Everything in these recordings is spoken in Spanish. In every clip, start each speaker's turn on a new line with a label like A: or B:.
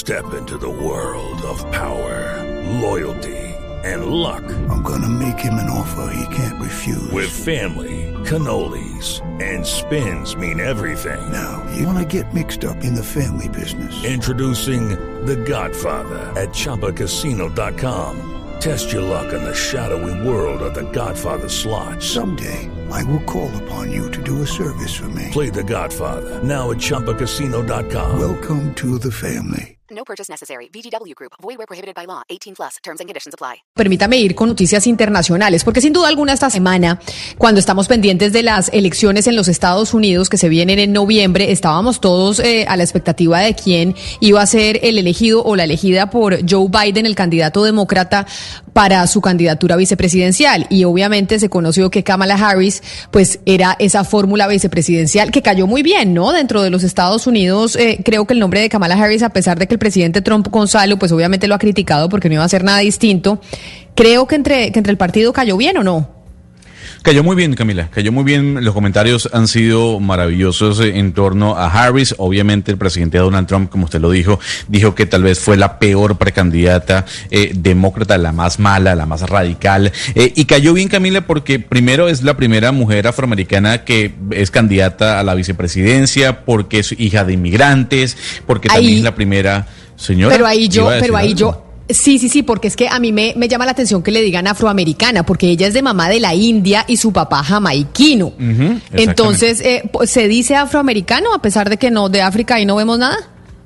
A: Step into the world of power, loyalty, and luck.
B: I'm gonna make him an offer he can't refuse.
A: With family, cannolis, and spins mean everything.
B: Now, you wanna get mixed up in the family business.
A: Introducing The Godfather at ChumbaCasino.com. Test your luck in the shadowy world of The Godfather slot.
B: Someday, I will call upon you to do a service for me.
A: Play The Godfather now at ChumbaCasino.com.
B: Welcome to the family.
C: No purchase necessary. VGW Group. Void where prohibited by law. 18+. Terms and conditions apply.
D: Permítame ir con noticias internacionales, porque sin duda alguna esta semana, cuando estamos pendientes de las elecciones en los Estados Unidos que se vienen en noviembre, estábamos todos a la expectativa de quién iba a ser el elegido o la elegida por Joe Biden, el candidato demócrata, para su candidatura vicepresidencial. Y obviamente se conoció que Kamala Harris, pues era esa fórmula vicepresidencial que cayó muy bien, ¿no? Dentro de los Estados Unidos, creo que el nombre de Kamala Harris, a pesar de que el presidente Trump, Gonzalo, pues obviamente lo ha criticado porque no iba a hacer nada distinto. Creo que entre el partido cayó bien, ¿o no?
E: Cayó muy bien, Camila, cayó muy bien. Los comentarios han sido maravillosos en torno a Harris. Obviamente el presidente Donald Trump, como usted lo dijo que tal vez fue la peor precandidata demócrata, la más mala, la más radical. Y cayó bien, Camila, porque primero es la primera mujer afroamericana que es candidata a la vicepresidencia, porque es hija de inmigrantes, porque también es la primera señora.
D: Pero ahí yo... Sí, porque es que a mí me llama la atención que le digan afroamericana, porque ella es de mamá de la India y su papá jamaiquino. Entonces, ¿se dice afroamericano a pesar de que no, de África ahí no vemos nada?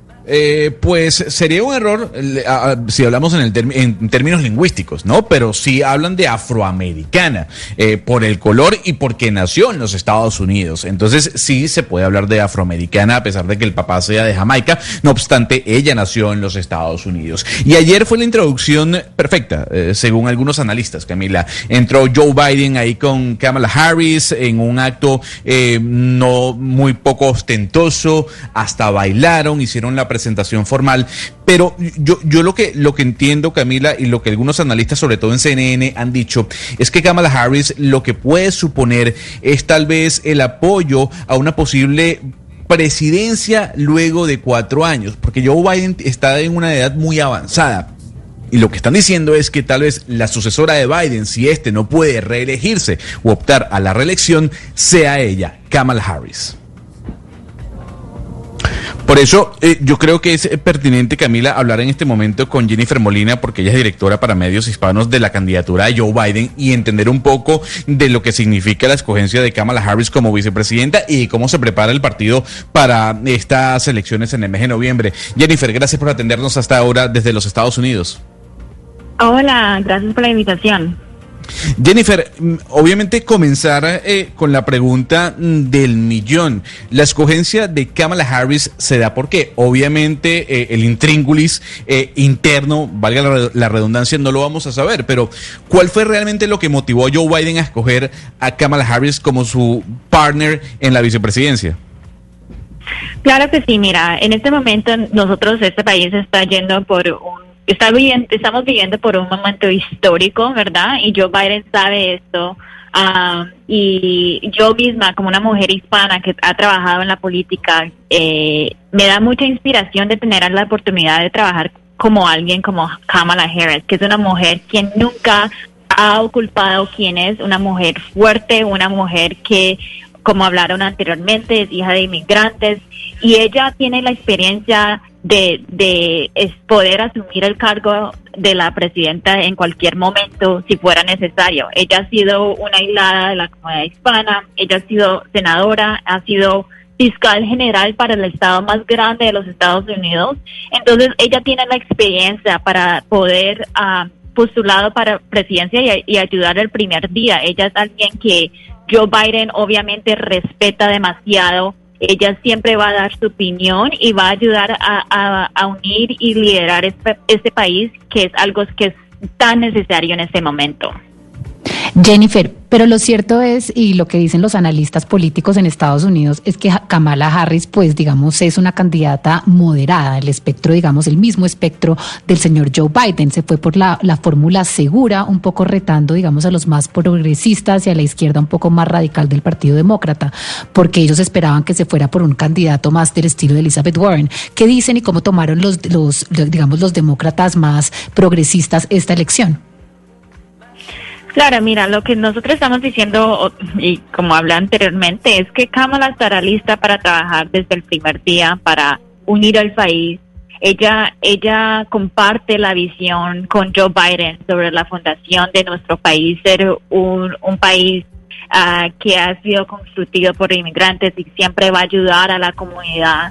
E: Pues sería un error si hablamos en términos lingüísticos, ¿no? Pero sí hablan de afroamericana por el color y porque nació en los Estados Unidos. Entonces sí se puede hablar de afroamericana a pesar de que el papá sea de Jamaica. No obstante, ella nació en los Estados Unidos. Y ayer fue la introducción perfecta, según algunos analistas, Camila. Entró Joe Biden ahí con Kamala Harris en un acto no muy poco ostentoso. Hasta bailaron, hicieron la presentación formal, pero yo lo que entiendo, Camila, y lo que algunos analistas, sobre todo en CNN, han dicho, es que Kamala Harris lo que puede suponer es tal vez el apoyo a una posible presidencia luego de 4 años, porque Joe Biden está en una edad muy avanzada. Y lo que están diciendo es que tal vez la sucesora de Biden, si no puede reelegirse o optar a la reelección, sea ella, Kamala Harris. Por eso yo creo que es pertinente, Camila, hablar en este momento con Jennifer Molina, porque ella es directora para medios hispanos de la candidatura de Joe Biden, y entender un poco de lo que significa la escogencia de Kamala Harris como vicepresidenta y cómo se prepara el partido para estas elecciones en el mes de noviembre. Jennifer, gracias por atendernos hasta ahora desde los Estados Unidos.
F: Hola, gracias por la invitación.
E: Jennifer, obviamente comenzar con la pregunta del millón. La escogencia de Kamala Harris se da porque obviamente el intríngulis interno, valga la redundancia, no lo vamos a saber, pero ¿cuál fue realmente lo que motivó a Joe Biden a escoger a Kamala Harris como su partner en la vicepresidencia?
F: Claro que sí, mira, en este momento este país está yendo estamos viviendo por un momento histórico, ¿verdad? Y Joe Biden sabe esto. Y yo misma, como una mujer hispana que ha trabajado en la política, me da mucha inspiración de tener la oportunidad de trabajar como alguien como Kamala Harris, que es una mujer quien nunca ha ocultado quién es, una mujer fuerte, una mujer que, como hablaron anteriormente, es hija de inmigrantes, y ella tiene la experiencia de poder asumir el cargo de la presidenta en cualquier momento si fuera necesario. Ella ha sido una aislada de la comunidad hispana, ella ha sido senadora, ha sido fiscal general para el estado más grande de los Estados Unidos. Entonces ella tiene la experiencia para poder postulado para presidencia y ayudar el primer día. Ella es alguien que Joe Biden obviamente respeta demasiado. Ella siempre va a dar su opinión y va a ayudar a unir y liderar este país, que es algo que es tan necesario en este momento.
G: Jennifer, pero lo cierto es, y lo que dicen los analistas políticos en Estados Unidos, es que Kamala Harris, pues digamos, es una candidata moderada, el espectro, digamos, el mismo espectro del señor Joe Biden. Se fue por la fórmula segura, un poco retando, digamos, a los más progresistas y a la izquierda un poco más radical del Partido Demócrata, porque ellos esperaban que se fuera por un candidato más del estilo de Elizabeth Warren. ¿Qué dicen y cómo tomaron los demócratas más progresistas esta elección?
F: Claro, mira, lo que nosotros estamos diciendo, y como hablé anteriormente, es que Kamala estará lista para trabajar desde el primer día para unir al país. Ella comparte la visión con Joe Biden sobre la fundación de nuestro país, ser un país que ha sido construido por inmigrantes y siempre va a ayudar a la comunidad.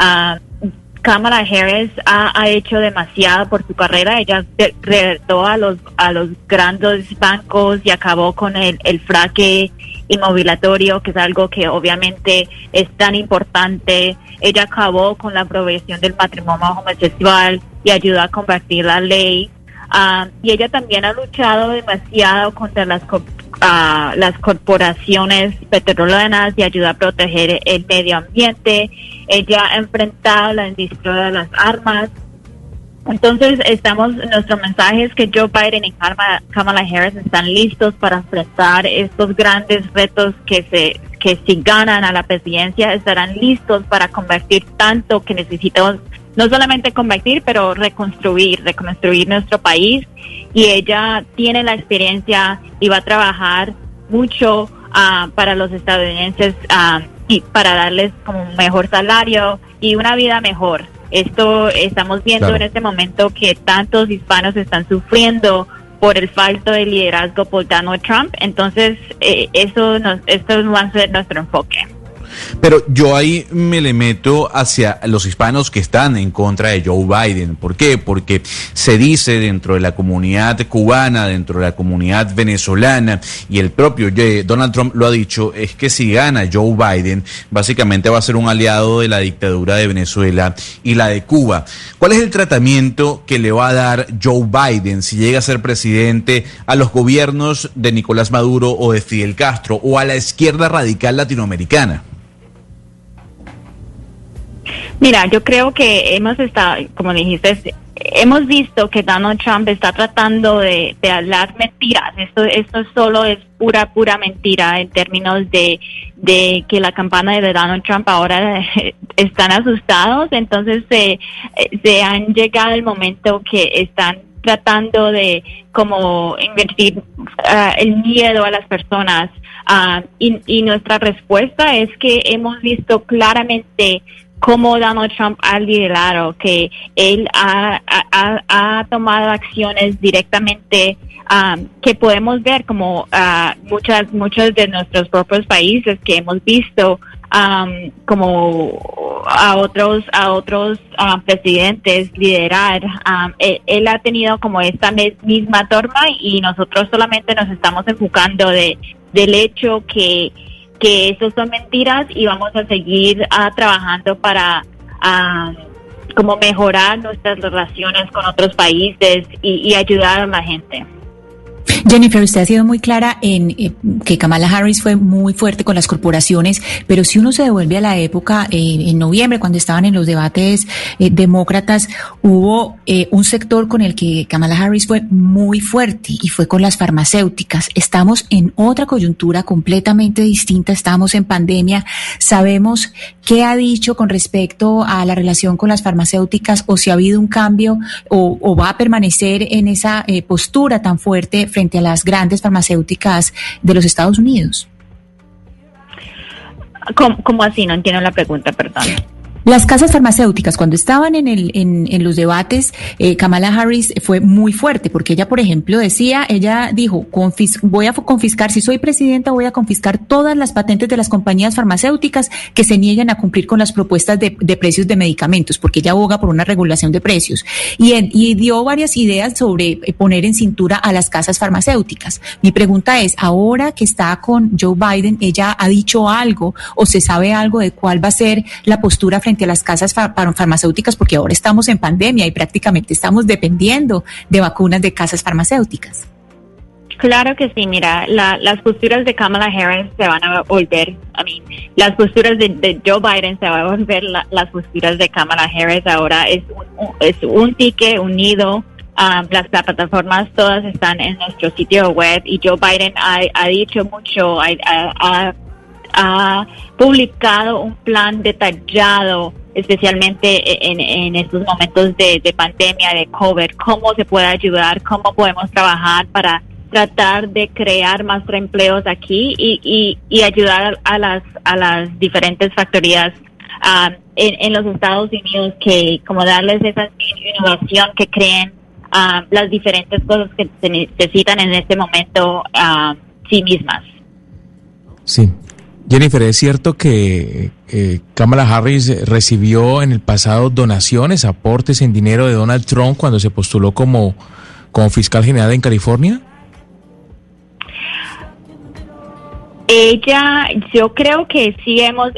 F: Kamala Harris ha hecho demasiado por su carrera. Ella retó a los grandes bancos y acabó con el fraude inmobiliario, que es algo que obviamente es tan importante. Ella acabó con la prohibición del matrimonio homosexual y ayudó a combatir la ley. Y ella también ha luchado demasiado contra las corporaciones petroleras y ayuda a proteger el medio ambiente. Ella ha enfrentado la industria de las armas. Entonces, nuestro mensaje es que Joe Biden y Kamala Harris están listos para enfrentar estos grandes retos que si ganan a la presidencia, estarán listos para convertir tanto que necesitamos, no solamente convertir, pero reconstruir nuestro país. Y ella tiene la experiencia y va a trabajar mucho para los estadounidenses y para darles como un mejor salario y una vida mejor. Esto estamos viendo en este momento que tantos hispanos están sufriendo por el falto de liderazgo por Donald Trump. Entonces, esto va a ser nuestro enfoque.
E: Pero yo ahí me le meto hacia los hispanos que están en contra de Joe Biden. ¿Por qué? Porque se dice dentro de la comunidad cubana, dentro de la comunidad venezolana, y el propio Donald Trump lo ha dicho, es que si gana Joe Biden, básicamente va a ser un aliado de la dictadura de Venezuela y la de Cuba. ¿Cuál es el tratamiento que le va a dar Joe Biden si llega a ser presidente a los gobiernos de Nicolás Maduro o de Fidel Castro o a la izquierda radical latinoamericana?
F: Mira, yo creo que hemos visto que Donald Trump está tratando de hablar mentiras. Esto solo es pura mentira en términos de que la campaña de Donald Trump ahora están asustados. Entonces se han llegado el momento que están tratando de como invertir el miedo a las personas. Y nuestra respuesta es que hemos visto claramente cómo Donald Trump ha liderado, que él ha tomado acciones directamente que podemos ver como muchos de nuestros propios países que hemos visto como a otros presidentes liderar. Él ha tenido como esta misma forma y nosotros solamente nos estamos enfocando del hecho que eso son mentiras y vamos a seguir trabajando para como mejorar nuestras relaciones con otros países y ayudar a la gente.
H: Jennifer, usted ha sido muy clara en que Kamala Harris fue muy fuerte con las corporaciones, pero si uno se devuelve a la época, en noviembre, cuando estaban en los debates demócratas, hubo un sector con el que Kamala Harris fue muy fuerte y fue con las farmacéuticas. Estamos en otra coyuntura completamente distinta, estamos en pandemia. Sabemos qué ha dicho con respecto a la relación con las farmacéuticas o si ha habido un cambio o va a permanecer en esa postura tan fuerte frente a las grandes farmacéuticas de los Estados Unidos.
F: ¿Cómo así? No entiendo la pregunta, perdón.
H: Las casas farmacéuticas, cuando estaban en los debates, Kamala Harris fue muy fuerte, porque ella, por ejemplo, ella dijo, voy a confiscar, si soy presidenta, voy a confiscar todas las patentes de las compañías farmacéuticas que se nieguen a cumplir con las propuestas de precios de medicamentos, porque ella aboga por una regulación de precios. Y dio varias ideas sobre poner en cintura a las casas farmacéuticas. Mi pregunta es, ahora que está con Joe Biden, ¿ella ha dicho algo o se sabe algo de cuál va a ser la postura frente a las casas farmacéuticas, porque ahora estamos en pandemia y prácticamente estamos dependiendo de vacunas de casas farmacéuticas?
F: Claro que sí, mira, las posturas de Kamala Harris se van a volver, las posturas de Joe Biden se van a volver las posturas de Kamala Harris. Ahora es un ticket unido. Las plataformas todas están en nuestro sitio web y Joe Biden ha dicho mucho, ha publicado un plan detallado, especialmente en estos momentos de pandemia, de COVID, cómo se puede ayudar, cómo podemos trabajar para tratar de crear más empleos aquí y ayudar a las diferentes factorías en los Estados Unidos, que como darles esa innovación, que creen las diferentes cosas que se necesitan en este momento sí mismas.
I: Sí. Jennifer, ¿es cierto que Kamala Harris recibió en el pasado donaciones, aportes en dinero de Donald Trump cuando se postuló como fiscal general en California?
F: Yo creo que sí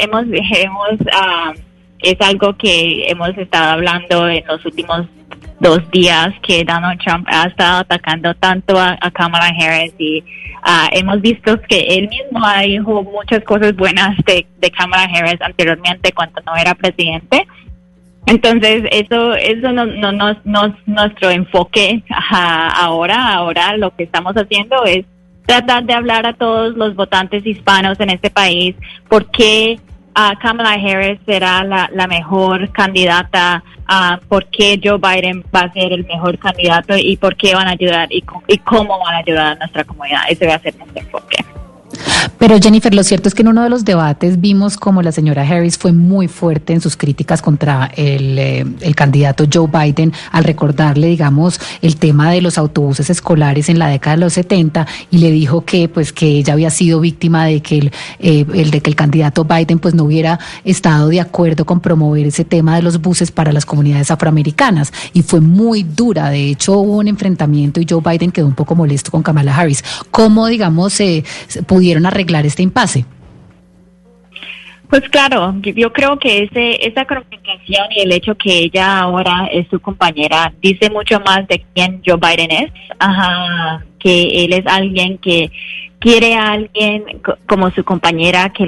F: es algo que hemos estado hablando en los últimos 2 días, que Donald Trump ha estado atacando tanto a Kamala Harris y hemos visto que él mismo ha dicho muchas cosas buenas de Kamala Harris anteriormente cuando no era presidente. Entonces eso no es nuestro enfoque ahora lo que estamos haciendo es tratar de hablar a todos los votantes hispanos en este país por qué Kamala Harris será la mejor candidata, por qué Joe Biden va a ser el mejor candidato y por qué van a ayudar y cómo van a ayudar a nuestra comunidad. Ese va a ser nuestro enfoque.
G: Pero Jennifer, lo cierto es que en uno de los debates vimos como la señora Harris fue muy fuerte en sus críticas contra el candidato Joe Biden al recordarle, digamos, el tema de los autobuses escolares en la década de los 70 y le dijo que ella había sido víctima de que el candidato Biden pues no hubiera estado de acuerdo con promover ese tema de los buses para las comunidades afroamericanas y fue muy dura. De hecho, hubo un enfrentamiento y Joe Biden quedó un poco molesto con Kamala Harris. ¿Cómo, digamos, pudieron arreglar este impasse?
F: Pues claro, yo creo que esa confrontación y el hecho que ella ahora es su compañera dice mucho más de quién Joe Biden es, que él es alguien que quiere a alguien como su compañera que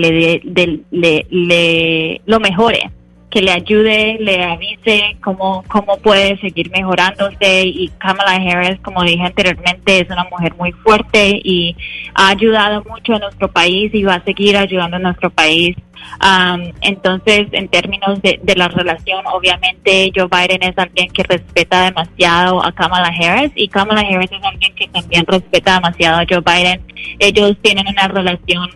F: le lo mejore, que le ayude, le avise cómo puede seguir mejorándose. Y Kamala Harris, como dije anteriormente, es una mujer muy fuerte y ha ayudado mucho a nuestro país y va a seguir ayudando a nuestro país. Entonces, en términos de la relación, obviamente Joe Biden es alguien que respeta demasiado a Kamala Harris y Kamala Harris es alguien que también respeta demasiado a Joe Biden. Ellos tienen una relación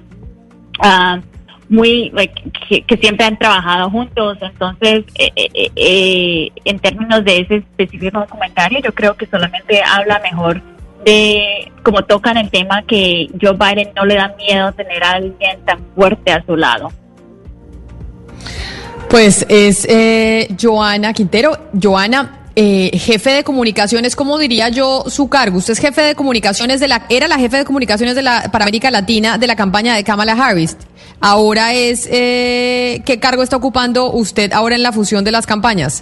F: muy que siempre han trabajado juntos. Entonces en términos de ese específico comentario, yo creo que solamente habla mejor de cómo tocan el tema, que Joe Biden no le da miedo tener a alguien tan fuerte a su lado.
D: Pues es Joana Quintero. Joana, jefe de comunicaciones, ¿cómo diría yo su cargo? Usted es jefe de comunicaciones era la jefe de comunicaciones para América Latina de la campaña de Kamala Harris. Ahora ¿qué cargo está ocupando usted ahora en la fusión de las campañas?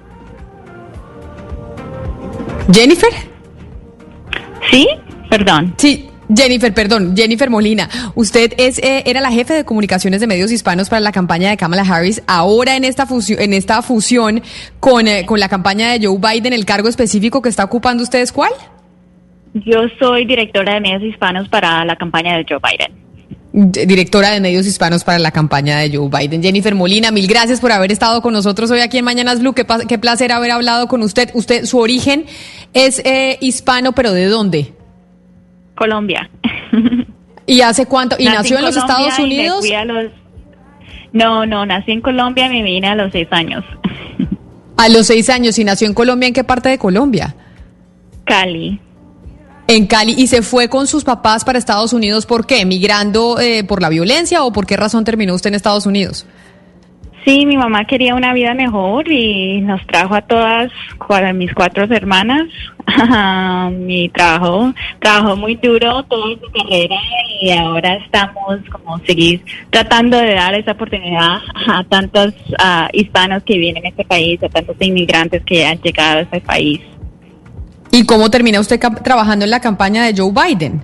D: ¿Jennifer?
F: Sí, perdón.
D: Sí. Jennifer Molina, usted era la jefe de comunicaciones de medios hispanos para la campaña de Kamala Harris. Ahora en esta fusión con la campaña de Joe Biden, ¿el cargo específico que está ocupando usted es cuál?
F: Yo soy directora de medios hispanos para la campaña de Joe Biden.
D: Directora de medios hispanos para la campaña de Joe Biden. Jennifer Molina, mil gracias por haber estado con nosotros hoy aquí en Mañanas Blue. Qué placer haber hablado con usted. Su origen es hispano, ¿pero de dónde?
F: Colombia.
D: ¿Y hace cuánto? ¿Y nació en los Estados Unidos?
F: No, nací en Colombia y me vine a los 6 años.
D: A los 6 años. ¿Y nació en Colombia? ¿En qué parte de Colombia?
F: Cali.
D: En Cali. ¿Y se fue con sus papás para Estados Unidos? ¿Por qué? ¿Migrando por la violencia o por qué razón terminó usted en Estados Unidos?
F: Sí, mi mamá quería una vida mejor y nos trajo a todas, mis 4 hermanas. Mi trabajó muy duro toda su carrera y ahora estamos como seguir tratando de dar esa oportunidad a tantos hispanos que vienen a este país, a tantos inmigrantes que han llegado a este país.
D: ¿Y cómo termina usted trabajando en la campaña de Joe Biden?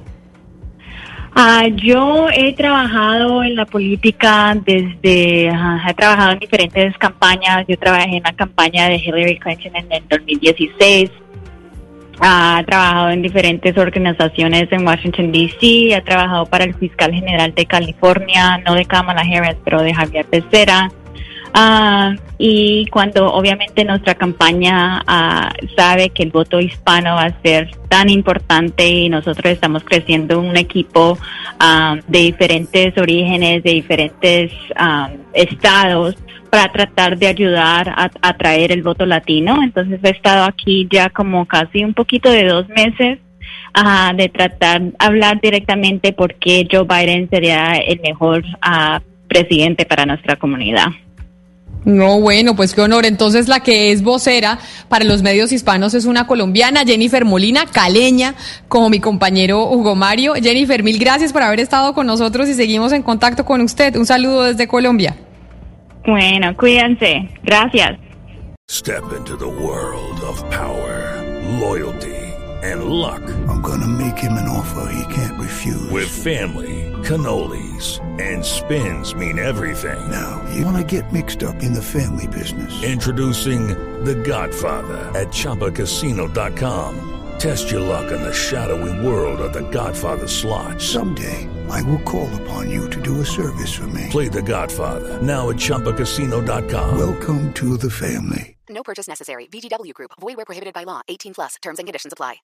F: Yo he trabajado en la política he trabajado en diferentes campañas. Yo trabajé en la campaña de Hillary Clinton en el 2016. He trabajado en diferentes organizaciones en Washington, D.C. He trabajado para el fiscal general de California, no de Kamala Harris, pero de Javier Becerra. Y cuando obviamente nuestra campaña sabe que el voto hispano va a ser tan importante y nosotros estamos creciendo un equipo de diferentes orígenes, de diferentes estados, para tratar de ayudar a atraer el voto latino. Entonces he estado aquí ya como casi un poquito de 2 meses de tratar de hablar directamente por qué Joe Biden sería el mejor presidente para nuestra comunidad.
D: No, bueno, pues qué honor. Entonces la que es vocera para los medios hispanos es una colombiana, Jennifer Molina, caleña, como mi compañero Hugo Mario. Jennifer, mil gracias por haber estado con nosotros y seguimos en contacto con usted. Un saludo desde Colombia.
F: Bueno, cuídense. Gracias.
A: Step into the world of power, loyalty, and luck.
B: I'm gonna make him an offer he can't refuse.
A: With family, cannolis, and spins mean everything.
B: Now, you wanna get mixed up in the family business.
A: Introducing The Godfather at ChumbaCasino.com. Test your luck in the shadowy world of The Godfather slot.
B: Someday, I will call upon you to do a service for me.
A: Play The Godfather now at ChumbaCasino.com.
B: Welcome to the family.
C: No purchase necessary. VGW Group. Void where prohibited by law. 18+. Terms and conditions apply.